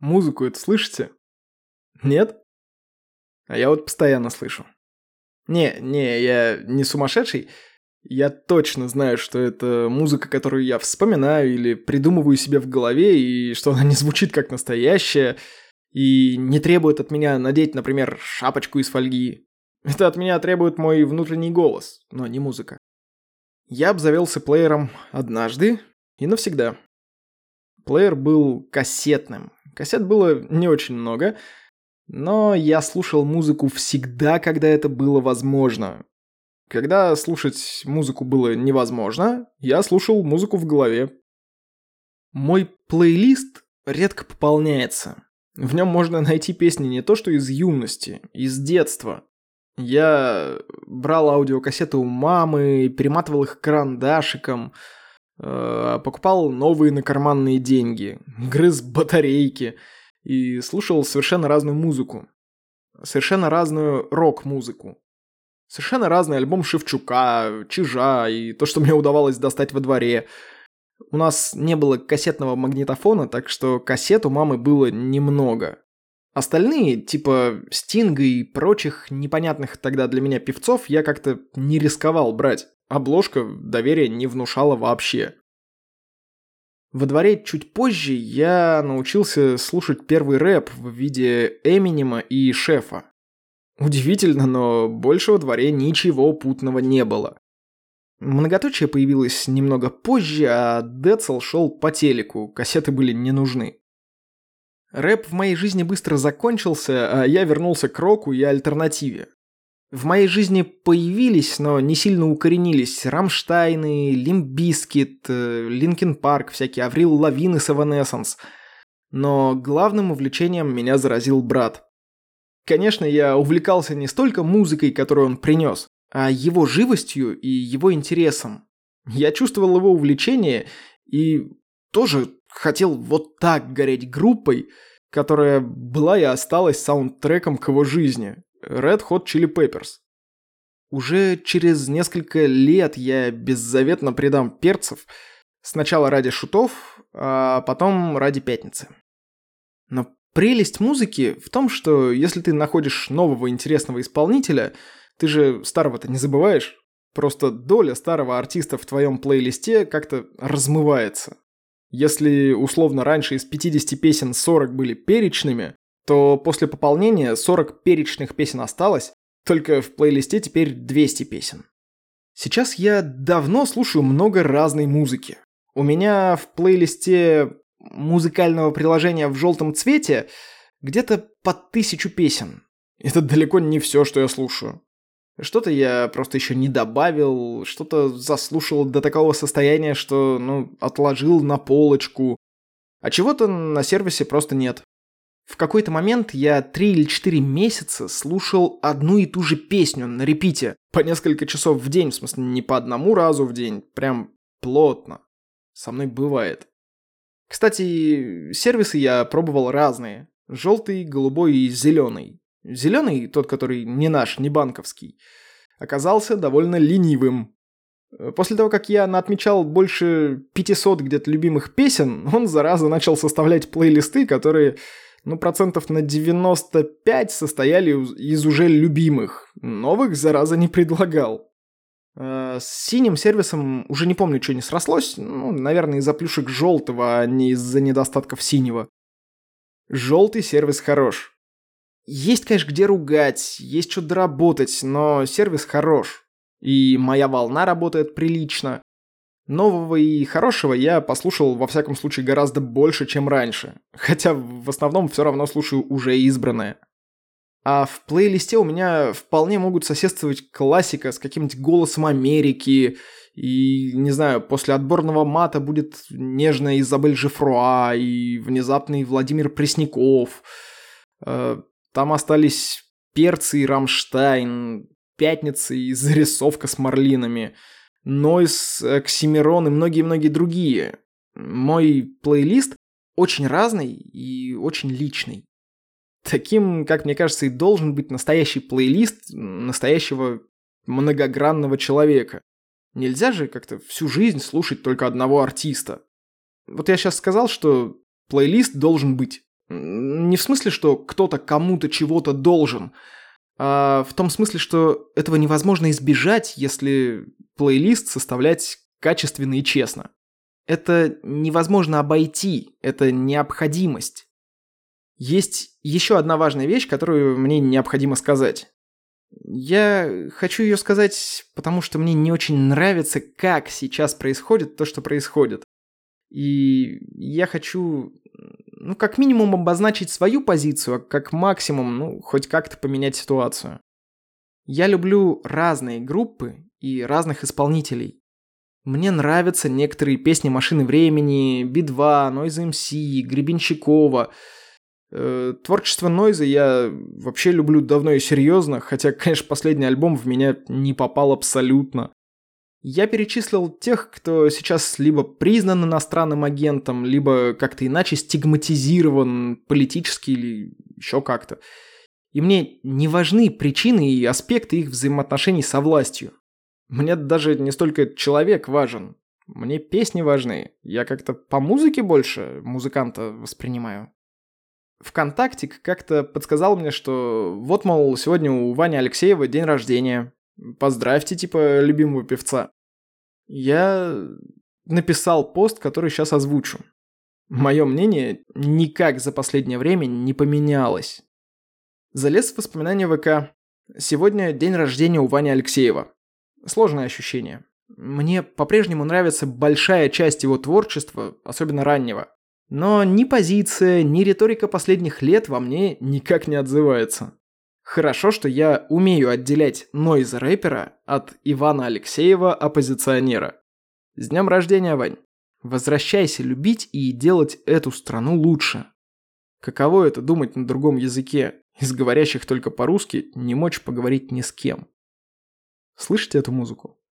Музыку это слышите? Нет? А я вот постоянно слышу. Не, я не сумасшедший. Я точно знаю, что это музыка, которую я вспоминаю или придумываю себе в голове, и что она не звучит как настоящая, и не требует от меня надеть, например, шапочку из фольги. Это от меня требует мой внутренний голос, но не музыка. Я обзавелся плеером однажды и навсегда. Плеер был кассетным. Кассет было не очень много, но я слушал музыку всегда, когда это было возможно. Когда слушать музыку было невозможно, я слушал музыку в голове. Мой плейлист редко пополняется. В нем можно найти песни не то что из юности, из детства. Я брал аудиокассеты у мамы, перематывал их карандашиком, покупал новые на карманные деньги, грыз батарейки и слушал совершенно разную музыку. Совершенно разную рок-музыку. Совершенно разный альбом Шевчука, Чижа и то, что мне удавалось достать во дворе. У нас не было кассетного магнитофона, так что кассет у мамы было немного. Остальные, типа Стинга и прочих непонятных тогда для меня певцов, я как-то не рисковал брать. Обложка доверия не внушала вообще. Во дворе чуть позже я научился слушать первый рэп в виде Эминема и Шефа. Удивительно, но больше во дворе ничего путного не было. Многоточие появилось немного позже, а Децл шел по телеку, кассеты были не нужны. Рэп в моей жизни быстро закончился, а я вернулся к року и альтернативе. В моей жизни появились, но не сильно укоренились Рамштайны, Лимп Бизкит, Линкин Парк, всякие Аврил Лавин и Эванесенс. Но главным увлечением меня заразил брат. Конечно, я увлекался не столько музыкой, которую он принес, а его живостью и его интересом. Я чувствовал его увлечение и тоже хотел вот так гореть группой, которая была и осталась саундтреком к его жизни. Red Hot Chili Peppers. Уже через несколько лет я беззаветно предам перцев, сначала ради шутов, а потом ради пятницы. Но прелесть музыки в том, что если ты находишь нового интересного исполнителя, ты же старого-то не забываешь. Просто доля старого артиста в твоем плейлисте как-то размывается. Если условно раньше из 50 песен 40 были перечными, то после пополнения 40 перечных песен осталось, только в плейлисте теперь 200 песен. Сейчас я давно слушаю много разной музыки. У меня в плейлисте музыкального приложения в желтом цвете где-то по 1000 песен. Это далеко не все, что я слушаю. Что-то я просто еще не добавил, что-то заслушал до такого состояния, что, отложил на полочку. А чего-то на сервисе просто нет. В какой-то момент я 3 или 4 месяца слушал одну и ту же песню на репите. По несколько часов в день, в смысле не по одному разу в день, прям плотно. Со мной бывает. Кстати, сервисы я пробовал разные. Желтый, голубой и зеленый. Зеленый, тот, который не наш, не банковский, оказался довольно ленивым. После того, как я наотмечал больше 500 где-то любимых песен, он, зараза, начал составлять плейлисты, которые, процентов на 95 состояли из уже любимых. Новых, зараза, не предлагал. С синим сервисом уже не помню, что не срослось. Наверное, из-за плюшек желтого, а не из-за недостатков синего. Желтый сервис хорош. Есть, конечно, где ругать, есть что доработать, но сервис хорош. И моя волна работает прилично. Нового и хорошего я послушал, во всяком случае, гораздо больше, чем раньше. Хотя в основном все равно слушаю уже избранное. А в плейлисте у меня вполне могут соседствовать классика с каким-нибудь «Голосом Америки», и, не знаю, после отборного мата будет нежная Изабель Жифруа и внезапный Владимир Пресняков. Там остались перцы и Рамштайн, пятница и зарисовка с марлинами, Нойз, Оксимирон и многие-многие другие. Мой плейлист очень разный и очень личный. Таким, как мне кажется, и должен быть настоящий плейлист настоящего многогранного человека. Нельзя же как-то всю жизнь слушать только одного артиста. Вот я сейчас сказал, что плейлист должен быть. Не в смысле, что кто-то кому-то чего-то должен, а в том смысле, что этого невозможно избежать, если плейлист составлять качественно и честно. Это невозможно обойти, это необходимость. Есть еще одна важная вещь, которую мне необходимо сказать. Я хочу ее сказать, потому что мне не очень нравится, как сейчас происходит то, что происходит. И я хочу, как минимум обозначить свою позицию, а как максимум, хоть как-то поменять ситуацию. Я люблю разные группы и разных исполнителей. Мне нравятся некоторые песни «Машины времени», Би-2, Noise MC, Гребенщикова. Творчество Нойза я вообще люблю давно и серьезно, хотя, конечно, последний альбом в меня не попал абсолютно. Я перечислил тех, кто сейчас либо признан иностранным агентом, либо как-то иначе стигматизирован политически или еще как-то. И мне не важны причины и аспекты их взаимоотношений со властью. Мне даже не столько человек важен, мне песни важны. Я как-то по музыке больше музыканта воспринимаю. ВКонтакте как-то подсказал мне, что вот, мол, сегодня у Вани Алексеева день рождения. Поздравьте, любимого певца. Я написал пост, который сейчас озвучу. Мое мнение никак за последнее время не поменялось. Залез в воспоминания ВК. Сегодня день рождения у Вани Алексеева. Сложное ощущение. Мне по-прежнему нравится большая часть его творчества, особенно раннего. Но ни позиция, ни риторика последних лет во мне никак не отзывается. Хорошо, что я умею отделять нойз-рэпера от Ивана Алексеева, оппозиционера. С днем рождения, Вань. Возвращайся любить и делать эту страну лучше. Каково это думать на другом языке, из говорящих только по-русски, не мочь поговорить ни с кем? Слышите эту музыку?